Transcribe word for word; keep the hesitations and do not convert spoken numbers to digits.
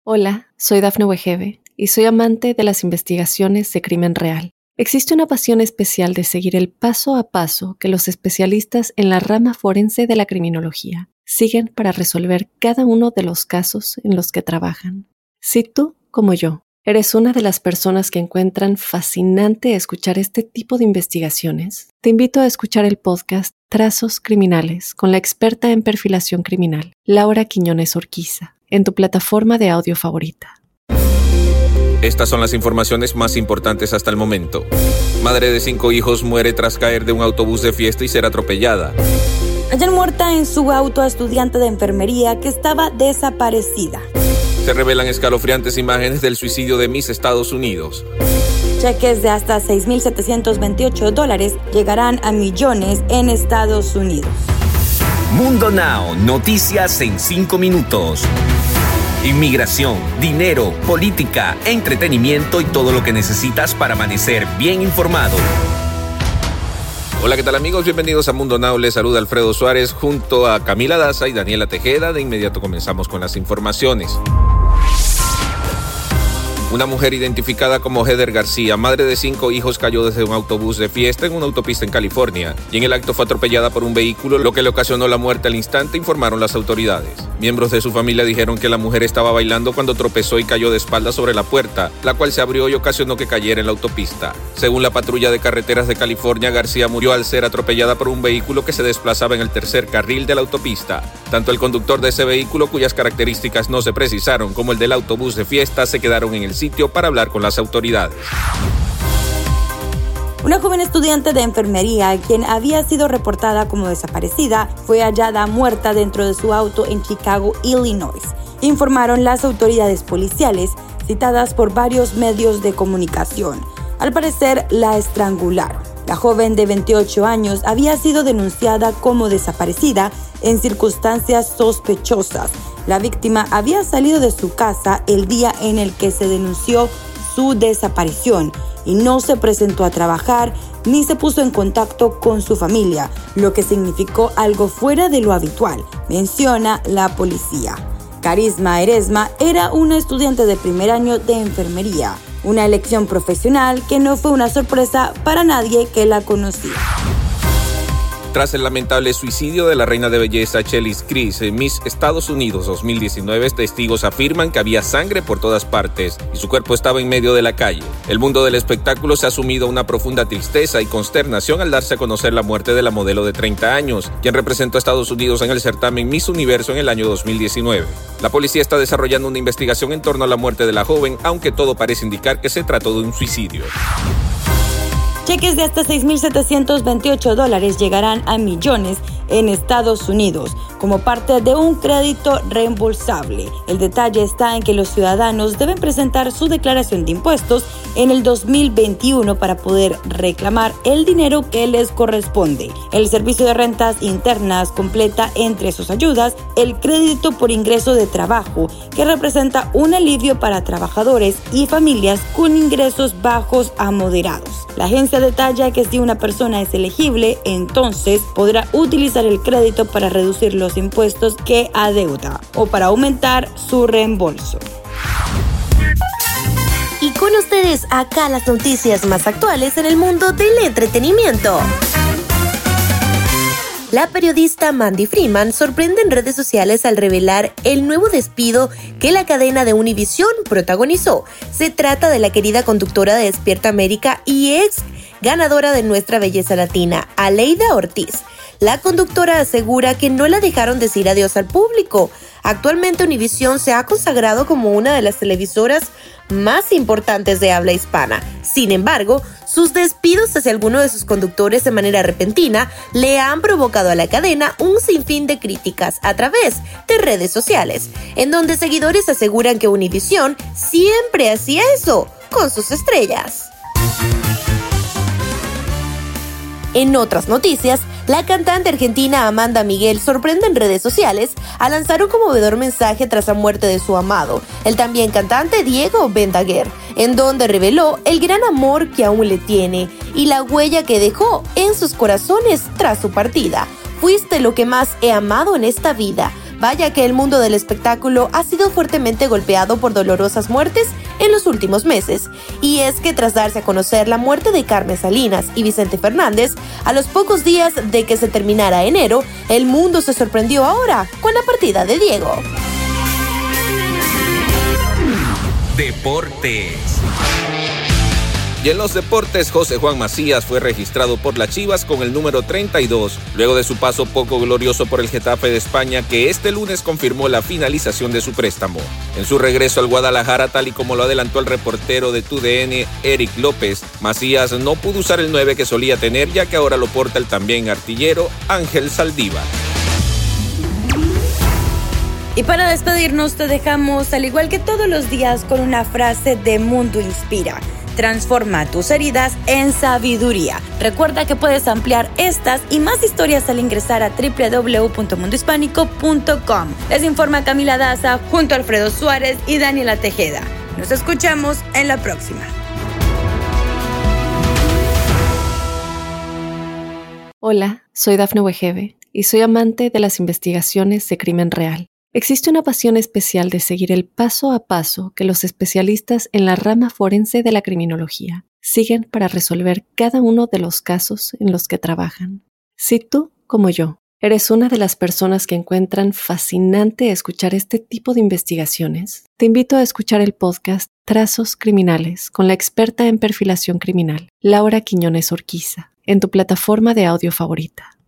Hola, soy Dafne Wegebe y soy amante de las investigaciones de crimen real. Existe una pasión especial de seguir el paso a paso que los especialistas en la rama forense de la criminología siguen para resolver cada uno de los casos en los que trabajan. Si tú, como yo, eres una de las personas que encuentran fascinante escuchar este tipo de investigaciones, te invito a escuchar el podcast Trazos Criminales con la experta en perfilación criminal, Laura Quiñones Orquiza, en tu plataforma de audio favorita. Estas son las informaciones más importantes hasta el momento. Madre de cinco hijos muere tras caer de un autobús de fiesta y ser atropellada. Hallan muerta en su auto a estudiante de enfermería que estaba desaparecida. Se revelan escalofriantes imágenes del suicidio de Miss Estados Unidos. Cheques de hasta seis mil setecientos veintiocho dólares llegarán a millones en Estados Unidos. Mundo Now, noticias en cinco minutos. Inmigración, dinero, política, entretenimiento y todo lo que necesitas para amanecer bien informado. Hola, ¿qué tal amigos? Bienvenidos a Mundo Now. Les saluda Alfredo Suárez junto a Camila Daza y Daniela Tejeda. De inmediato comenzamos con las informaciones. Una mujer identificada como Heather García, madre de cinco hijos, cayó desde un autobús de fiesta en una autopista en California y en el acto fue atropellada por un vehículo, lo que le ocasionó la muerte al instante, informaron las autoridades. Miembros de su familia dijeron que la mujer estaba bailando cuando tropezó y cayó de espaldas sobre la puerta, la cual se abrió y ocasionó que cayera en la autopista. Según la patrulla de carreteras de California, García murió al ser atropellada por un vehículo que se desplazaba en el tercer carril de la autopista. Tanto el conductor de ese vehículo, cuyas características no se precisaron, como el del autobús de fiesta, se quedaron en el sitio para hablar con las autoridades. Una joven estudiante de enfermería, quien había sido reportada como desaparecida, fue hallada muerta dentro de su auto en Chicago, Illinois, informaron las autoridades policiales, citadas por varios medios de comunicación. Al parecer, la estrangularon. La joven de veintiocho años había sido denunciada como desaparecida en circunstancias sospechosas. La víctima había salido de su casa el día en el que se denunció su desaparición y no se presentó a trabajar ni se puso en contacto con su familia, lo que significó algo fuera de lo habitual, menciona la policía. Carisma Eresma era una estudiante de primer año de enfermería, una elección profesional que no fue una sorpresa para nadie que la conocía. Tras el lamentable suicidio de la reina de belleza Chelis Chris en Miss Estados Unidos dos mil diecinueve, testigos afirman que había sangre por todas partes y su cuerpo estaba en medio de la calle. El mundo del espectáculo se ha sumido a una profunda tristeza y consternación al darse a conocer la muerte de la modelo de treinta años, quien representó a Estados Unidos en el certamen Miss Universo en el año dos mil diecinueve. La policía está desarrollando una investigación en torno a la muerte de la joven, aunque todo parece indicar que se trató de un suicidio. Cheques de hasta seis mil setecientos veintiocho dólares llegarán a millones en Estados Unidos como parte de un crédito reembolsable. El detalle está en que los ciudadanos deben presentar su declaración de impuestos en el dos mil veintiuno para poder reclamar el dinero que les corresponde. El Servicio de Rentas Internas completa entre sus ayudas el crédito por ingreso de trabajo, que representa un alivio para trabajadores y familias con ingresos bajos a moderados. La agencia detalla que si una persona es elegible, entonces podrá utilizar el crédito para reducir los impuestos que adeuda o para aumentar su reembolso. Y con ustedes acá las noticias más actuales en el mundo del entretenimiento. La periodista Mandy Freeman sorprende en redes sociales al revelar el nuevo despido que la cadena de Univision protagonizó. Se trata de la querida conductora de Despierta América y ex ganadora de Nuestra Belleza Latina, Aleida Ortiz. La conductora asegura que no la dejaron decir adiós al público. Actualmente Univision se ha consagrado como una de las televisoras más importantes de habla hispana. Sin embargo, sus despidos hacia alguno de sus conductores de manera repentina le han provocado a la cadena un sinfín de críticas a través de redes sociales, en donde seguidores aseguran que Univision siempre hacía eso con sus estrellas. En otras noticias, la cantante argentina Amanda Miguel sorprende en redes sociales al lanzar un conmovedor mensaje tras la muerte de su amado, el también cantante Diego Bendaguer, en donde reveló el gran amor que aún le tiene y la huella que dejó en sus corazones tras su partida. Fuiste lo que más he amado en esta vida. Vaya que el mundo del espectáculo ha sido fuertemente golpeado por dolorosas muertes en los últimos meses. Y es que tras darse a conocer la muerte de Carmen Salinas y Vicente Fernández, a los pocos días de que se terminara enero, el mundo se sorprendió ahora con la partida de Diego. Deportes. Y en los deportes, José Juan Macías fue registrado por las Chivas con el número treinta y dos, luego de su paso poco glorioso por el Getafe de España, que este lunes confirmó la finalización de su préstamo. En su regreso al Guadalajara, tal y como lo adelantó el reportero de T U D N, Eric López, Macías no pudo usar el nueve que solía tener, ya que ahora lo porta el también artillero Ángel Saldívar. Y para despedirnos te dejamos, al igual que todos los días, con una frase de Mundo Inspira. Transforma tus heridas en sabiduría. Recuerda que puedes ampliar estas y más historias al ingresar a doble u doble u doble u punto mundo hispánico punto com. Les informa Camila Daza junto a Alfredo Suárez y Daniela Tejeda. Nos escuchamos en la próxima. Hola, soy Dafne Wegebe y soy amante de las investigaciones de crimen real. Existe una pasión especial de seguir el paso a paso que los especialistas en la rama forense de la criminología siguen para resolver cada uno de los casos en los que trabajan. Si tú, como yo, eres una de las personas que encuentran fascinante escuchar este tipo de investigaciones, te invito a escuchar el podcast Trazos Criminales con la experta en perfilación criminal, Laura Quiñones Orquiza, en tu plataforma de audio favorita.